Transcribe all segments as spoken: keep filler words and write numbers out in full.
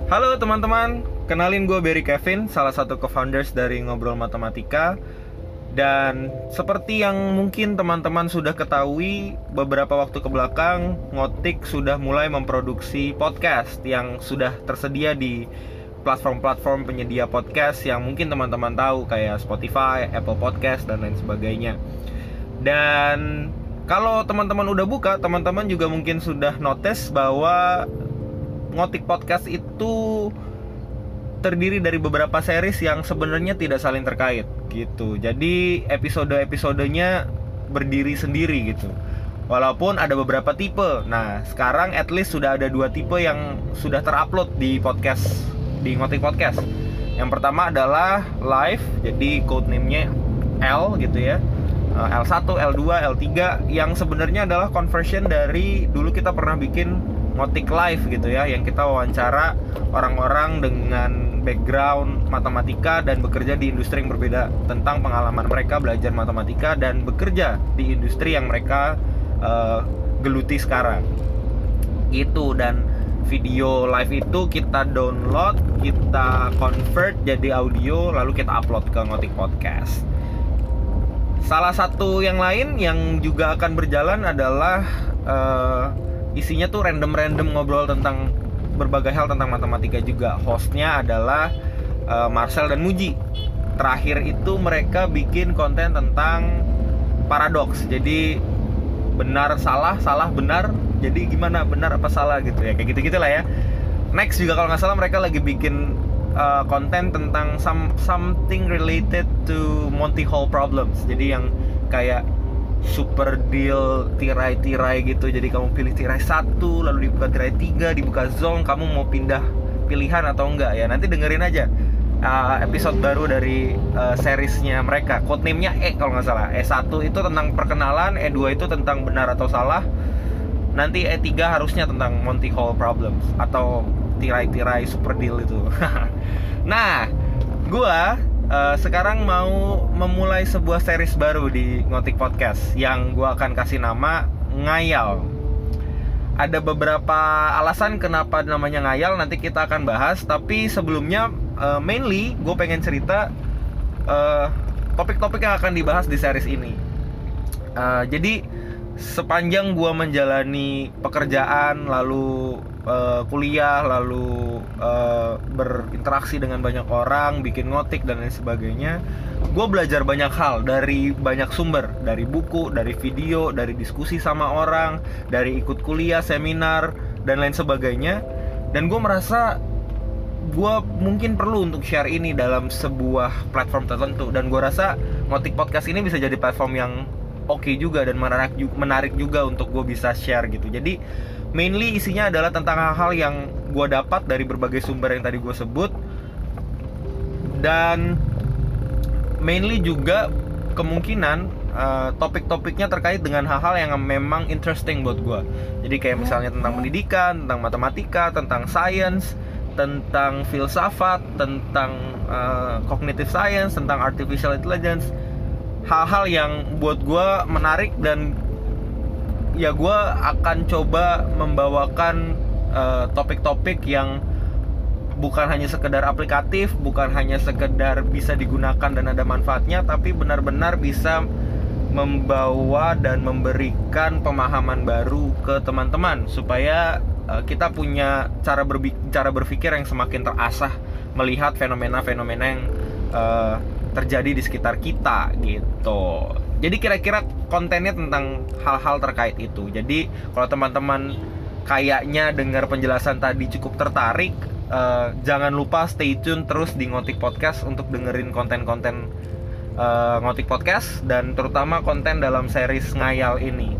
Halo teman-teman, kenalin gue Berry Kevin, salah satu co-founders dari Ngobrol Matematika. Dan seperti yang mungkin teman-teman sudah ketahui, beberapa waktu kebelakang Ngotik sudah mulai memproduksi podcast yang sudah tersedia di platform-platform penyedia podcast yang mungkin teman-teman tahu, kayak Spotify, Apple Podcast, dan lain sebagainya. Dan kalau teman-teman udah buka, teman-teman juga mungkin sudah notice bahwa Ngotik Podcast itu terdiri dari beberapa series yang sebenarnya tidak saling terkait gitu. Jadi episode-episodenya berdiri sendiri gitu. Walaupun ada beberapa tipe. Nah, sekarang at least sudah ada dua tipe yang sudah terupload di podcast, di Ngotik Podcast. Yang pertama adalah live, jadi codename-nya L gitu ya. L satu, L dua, L tiga yang sebenarnya adalah conversion dari dulu kita pernah bikin Ngotik Live gitu ya, yang kita wawancara orang-orang dengan background matematika dan bekerja di industri yang berbeda, tentang pengalaman mereka belajar matematika dan bekerja di industri yang mereka uh, geluti sekarang gitu. Dan video live itu kita download, kita convert jadi audio, lalu kita upload ke Ngotik Podcast. Salah satu yang lain yang juga akan berjalan adalah uh, isinya tuh random-random ngobrol tentang berbagai hal tentang matematika juga. Hostnya adalah uh, Marcel dan Muji. Terakhir itu mereka bikin konten tentang paradoks. Jadi benar salah, salah benar. Jadi gimana, benar apa salah gitu ya, kayak gitu-gitu lah ya. Next juga kalau nggak salah mereka lagi bikin uh, konten tentang some, something related to Monty Hall problems. Jadi yang kayak super deal tirai-tirai gitu. Jadi kamu pilih tirai satu, lalu dibuka tirai tiga, dibuka zone, kamu mau pindah pilihan atau enggak ya. Nanti dengerin aja uh, episode baru dari uh, seriesnya mereka. Codename-nya E kalau nggak salah. E satu itu tentang perkenalan, E dua itu tentang benar atau salah. Nanti E tiga harusnya tentang Monty Hall problems atau tirai-tirai super deal itu. Nah, gua Uh, sekarang mau memulai sebuah series baru di Ngotik Podcast yang gue akan kasih nama Ngayal. Ada beberapa alasan kenapa namanya Ngayal, nanti kita akan bahas. Tapi sebelumnya uh, mainly gue pengen cerita uh, topik-topik yang akan dibahas di series ini. uh, Jadi sepanjang gue menjalani pekerjaan, lalu uh, kuliah, lalu uh, berinteraksi dengan banyak orang, bikin ngotik dan lain sebagainya, gue belajar banyak hal dari banyak sumber, dari buku, dari video, dari diskusi sama orang, dari ikut kuliah, seminar, dan lain sebagainya. Dan gue merasa gue mungkin perlu untuk share ini dalam sebuah platform tertentu. Dan gue rasa Ngotik Podcast ini bisa jadi platform yang oke okay juga dan menarik menarik juga untuk gue bisa share gitu. Jadi mainly isinya adalah tentang hal-hal yang gue dapat dari berbagai sumber yang tadi gue sebut, dan mainly juga kemungkinan uh, topik-topiknya terkait dengan hal-hal yang memang interesting buat gue. Jadi kayak misalnya tentang pendidikan, tentang matematika, tentang science, tentang filsafat, tentang uh, cognitive science, tentang artificial intelligence. Hal-hal yang buat gue menarik, dan ya gue akan coba membawakan uh, topik-topik yang bukan hanya sekedar aplikatif, bukan hanya sekedar bisa digunakan dan ada manfaatnya, tapi benar-benar bisa membawa dan memberikan pemahaman baru ke teman-teman, supaya uh, kita punya cara, berbi- cara berpikir yang semakin terasah melihat fenomena-fenomena yang uh, terjadi di sekitar kita gitu. Jadi kira-kira kontennya tentang hal-hal terkait itu. Jadi kalau teman-teman kayaknya dengar penjelasan tadi cukup tertarik, uh, jangan lupa stay tune terus di Ngotik Podcast untuk dengerin konten-konten uh, Ngotik Podcast, dan terutama konten dalam series Ngayal ini.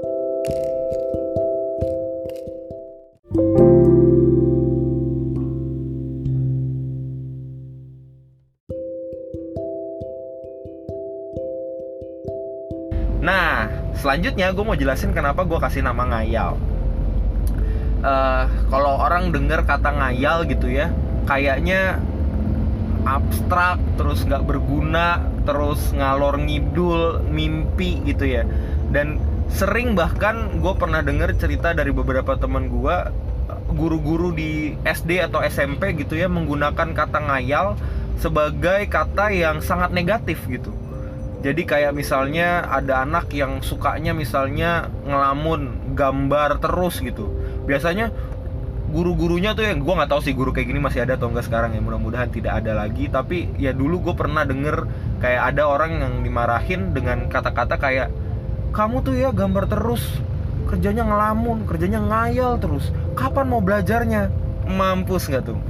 Nah, selanjutnya gue mau jelasin kenapa gue kasih nama Ngayal. Uh, kalau orang dengar kata ngayal gitu ya, kayaknya abstrak, terus gak berguna, terus ngalor ngidul, mimpi gitu ya. Dan sering bahkan gue pernah denger cerita dari beberapa teman gue, guru-guru di S D atau S M P gitu ya menggunakan kata ngayal sebagai kata yang sangat negatif gitu. Jadi kayak misalnya ada anak yang sukanya misalnya ngelamun, gambar terus gitu. Biasanya guru-gurunya tuh yang gue nggak tahu sih guru kayak gini masih ada atau enggak sekarang ya, mudah-mudahan tidak ada lagi. Tapi ya dulu gue pernah denger kayak ada orang yang dimarahin dengan kata-kata kayak, kamu tuh ya gambar terus, kerjanya ngelamun, kerjanya ngayal terus, kapan mau belajarnya? Mampus nggak tuh?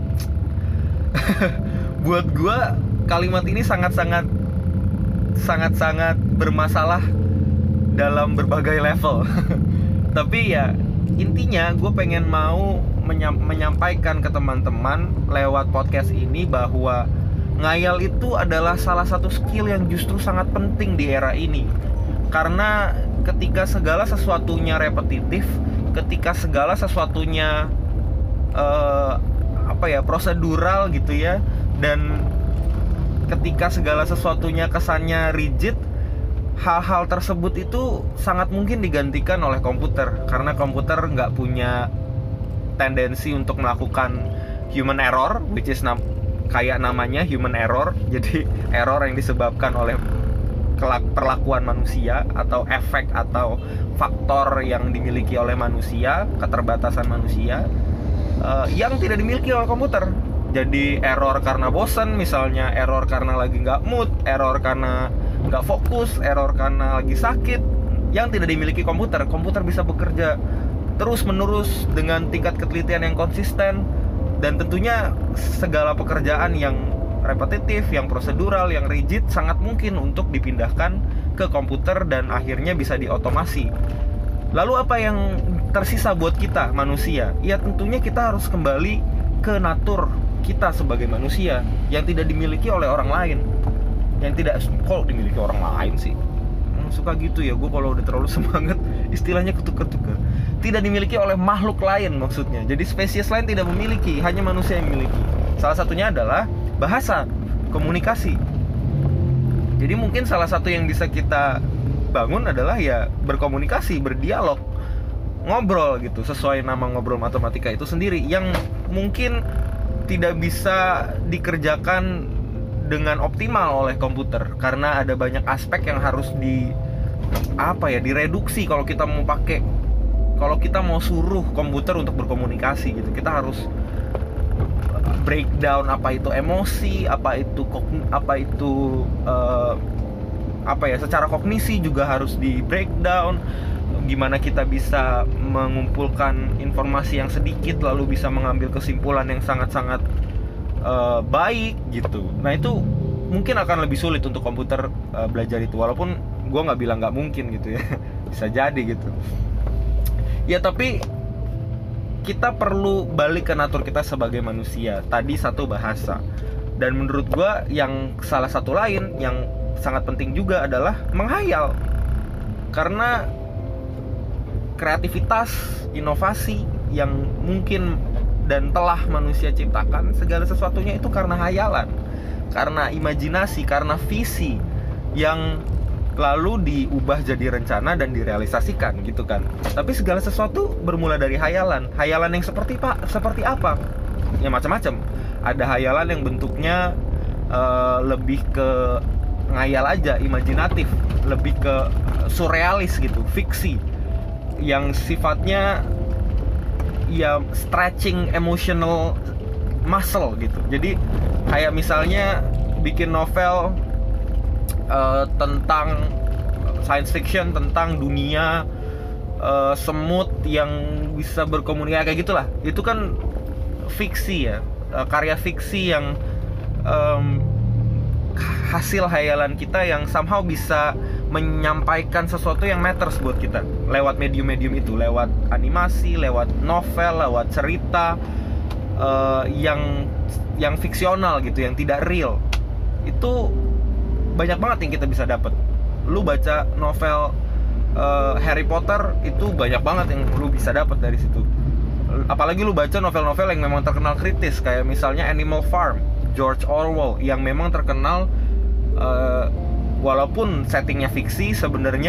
Buat gue kalimat ini sangat-sangat sangat-sangat bermasalah dalam berbagai level. Tapi ya intinya gue pengen mau menyam- menyampaikan ke teman-teman lewat podcast ini bahwa ngayal itu adalah salah satu skill yang justru sangat penting di era ini. Karena ketika segala sesuatunya repetitif, ketika segala sesuatunya uh, apa ya prosedural gitu ya, dan ketika segala sesuatunya kesannya rigid, hal-hal tersebut itu sangat mungkin digantikan oleh komputer. Karena komputer nggak punya tendensi untuk melakukan human error, which is nam- kayak namanya human error. Jadi error yang disebabkan oleh perlakuan manusia atau efek atau faktor yang dimiliki oleh manusia, keterbatasan manusia uh, yang tidak dimiliki oleh komputer. Jadi error karena bosan misalnya, error karena lagi nggak mood, error karena nggak fokus, error karena lagi sakit, yang tidak dimiliki komputer. Komputer bisa bekerja terus menerus dengan tingkat ketelitian yang konsisten, dan tentunya segala pekerjaan yang repetitif, yang prosedural, yang rigid sangat mungkin untuk dipindahkan ke komputer dan akhirnya bisa diotomasi. Lalu apa yang tersisa buat kita manusia? Ya tentunya kita harus kembali ke natur kita sebagai manusia yang tidak dimiliki oleh orang lain. Yang tidak, kok dimiliki orang lain sih? Hmm, suka gitu ya, gue kalau udah terlalu semangat istilahnya ketukar-tukar. Tidak dimiliki oleh makhluk lain maksudnya. Jadi spesies lain tidak memiliki, hanya manusia yang memiliki. Salah satunya adalah bahasa, komunikasi. Jadi mungkin salah satu yang bisa kita bangun adalah ya berkomunikasi, berdialog, ngobrol gitu, sesuai nama ngobrol matematika itu sendiri, yang mungkin tidak bisa dikerjakan dengan optimal oleh komputer karena ada banyak aspek yang harus di apa ya direduksi kalau kita mau pakai kalau kita mau suruh komputer untuk berkomunikasi gitu. Kita harus breakdown apa itu emosi, apa itu apa itu uh, apa ya secara kognisi juga harus di breakdown. Gimana kita bisa mengumpulkan informasi yang sedikit lalu bisa mengambil kesimpulan yang sangat-sangat uh, baik gitu. Nah itu mungkin akan lebih sulit untuk komputer uh, belajar itu, walaupun gue nggak bilang nggak mungkin gitu ya. Bisa jadi gitu ya, tapi kita perlu balik ke natur kita sebagai manusia. Tadi satu bahasa, dan menurut gue yang salah satu lain yang sangat penting juga adalah menghayal. Karena kreativitas, inovasi yang mungkin dan telah manusia ciptakan, segala sesuatunya itu karena hayalan, karena imajinasi, karena visi yang lalu diubah jadi rencana dan direalisasikan gitu kan. Tapi segala sesuatu bermula dari hayalan. Hayalan yang seperti pak, seperti apa? Ya macam-macam. Ada hayalan yang bentuknya uh, lebih ke ngayal aja, imajinatif, lebih ke surrealis gitu, fiksi, yang sifatnya ya stretching emotional muscle gitu. Jadi kayak misalnya bikin novel uh, tentang science fiction, tentang dunia uh, semut yang bisa berkomunikasi kayak gitulah. Itu kan fiksi ya, uh, karya fiksi yang um, hasil hayalan kita yang somehow bisa menyampaikan sesuatu yang matters buat kita lewat medium-medium itu, lewat animasi, lewat novel, lewat cerita uh, yang yang fiksional gitu, yang tidak real. Itu banyak banget yang kita bisa dapat. Lu baca novel uh, Harry Potter, itu banyak banget yang lu bisa dapat dari situ. Apalagi lu baca novel-novel yang memang terkenal kritis, kayak misalnya Animal Farm, George Orwell, yang memang terkenal uh, walaupun settingnya fiksi, sebenarnya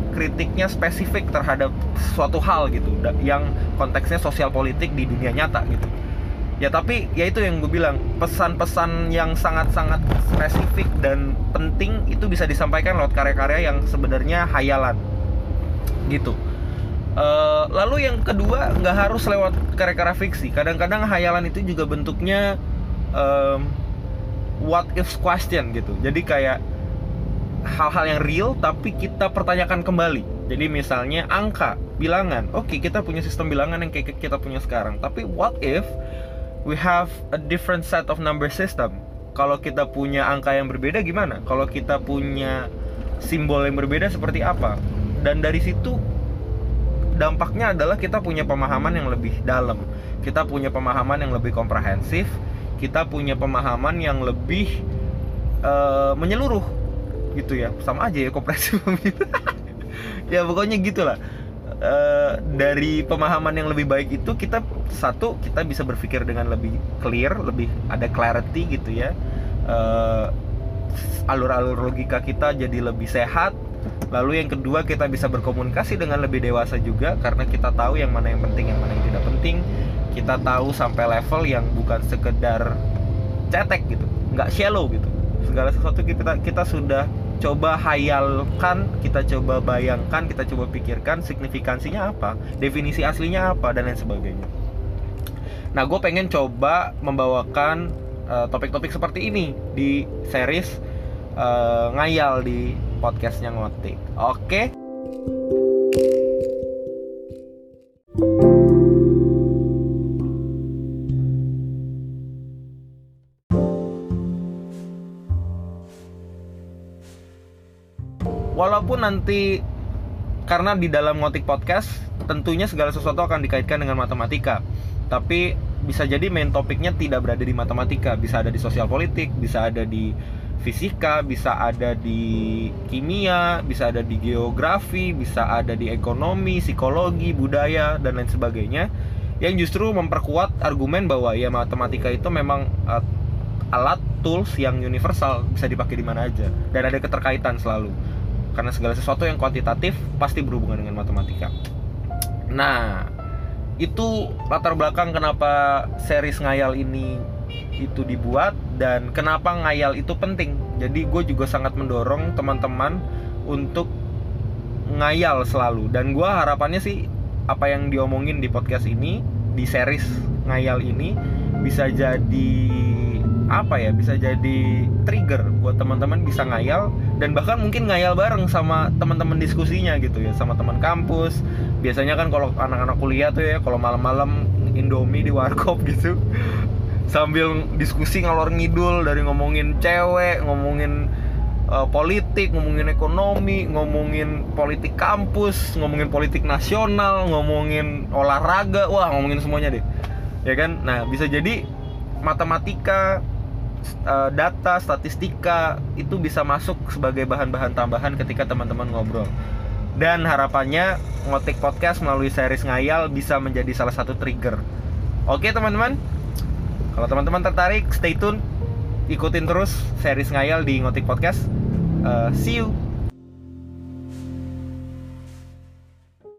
kritiknya spesifik terhadap suatu hal gitu, yang konteksnya sosial politik di dunia nyata gitu. Ya tapi ya itu yang gue bilang, pesan-pesan yang sangat-sangat spesifik dan penting itu bisa disampaikan lewat karya-karya yang sebenarnya hayalan gitu. Uh, lalu yang kedua, nggak harus lewat karya-karya fiksi. Kadang-kadang hayalan itu juga bentuknya um, what if question gitu. Jadi kayak hal-hal yang real tapi kita pertanyakan kembali. Jadi misalnya angka, bilangan. Oke, okay, kita punya sistem bilangan yang kayak kita punya sekarang. Tapi what if we have a different set of number system? Kalau kita punya angka yang berbeda gimana? Kalau kita punya simbol yang berbeda seperti apa? Dan dari situ dampaknya adalah kita punya pemahaman yang lebih dalam. Kita punya pemahaman yang lebih komprehensif. Kita punya pemahaman yang lebih uh, menyeluruh gitu ya. Sama aja ya komprehensif. Ya pokoknya gitulah. Uh, dari pemahaman yang lebih baik itu kita satu kita bisa berpikir dengan lebih clear, lebih ada clarity gitu ya. Uh, alur-alur logika kita jadi lebih sehat. Lalu yang kedua, kita bisa berkomunikasi dengan lebih dewasa juga, karena kita tahu yang mana yang penting, yang mana yang tidak penting. Kita tahu sampai level yang bukan sekedar cetek gitu, nggak shallow gitu. Segala sesuatu kita kita sudah coba hayalkan, kita coba bayangkan, kita coba pikirkan signifikansinya apa, definisi aslinya apa, dan lain sebagainya. Nah, gue pengen coba membawakan uh, topik-topik seperti ini di series uh, ngayal di podcastnya Ngotik. Oke. Walaupun nanti, karena di dalam Ngotik Podcast tentunya segala sesuatu akan dikaitkan dengan matematika, tapi bisa jadi main topiknya tidak berada di matematika. Bisa ada di sosial politik, bisa ada di fisika, bisa ada di kimia, bisa ada di geografi, bisa ada di ekonomi, psikologi, budaya, dan lain sebagainya, yang justru memperkuat argumen bahwa ya matematika itu memang uh, alat, tools yang universal, bisa dipakai di mana aja, dan ada keterkaitan selalu, karena segala sesuatu yang kuantitatif pasti berhubungan dengan matematika. Nah, itu latar belakang kenapa series ngayal ini itu dibuat, dan kenapa ngayal itu penting. Jadi gue juga sangat mendorong teman-teman untuk ngayal selalu. Dan gue harapannya sih apa yang diomongin di podcast ini, di series ngayal ini, bisa jadi apa ya, bisa jadi trigger buat teman-teman bisa ngayal, dan bahkan mungkin ngayal bareng sama teman-teman diskusinya gitu ya, sama teman kampus. Biasanya kan kalau anak-anak kuliah tuh ya, kalau malam-malam Indomie di warkop gitu, sambil diskusi ngalor ngidul, dari ngomongin cewek, ngomongin uh, politik, ngomongin ekonomi, ngomongin politik kampus, ngomongin politik nasional, ngomongin olahraga, wah ngomongin semuanya deh, ya kan? Nah, bisa jadi matematika, uh, data, statistika itu bisa masuk sebagai bahan-bahan tambahan ketika teman-teman ngobrol. Dan harapannya Ngotik Podcast melalui series ngayal bisa menjadi salah satu trigger. Oke teman-teman, kalau teman-teman tertarik, stay tune, ikutin terus series ngayal di Ngotik Podcast. uh, See you.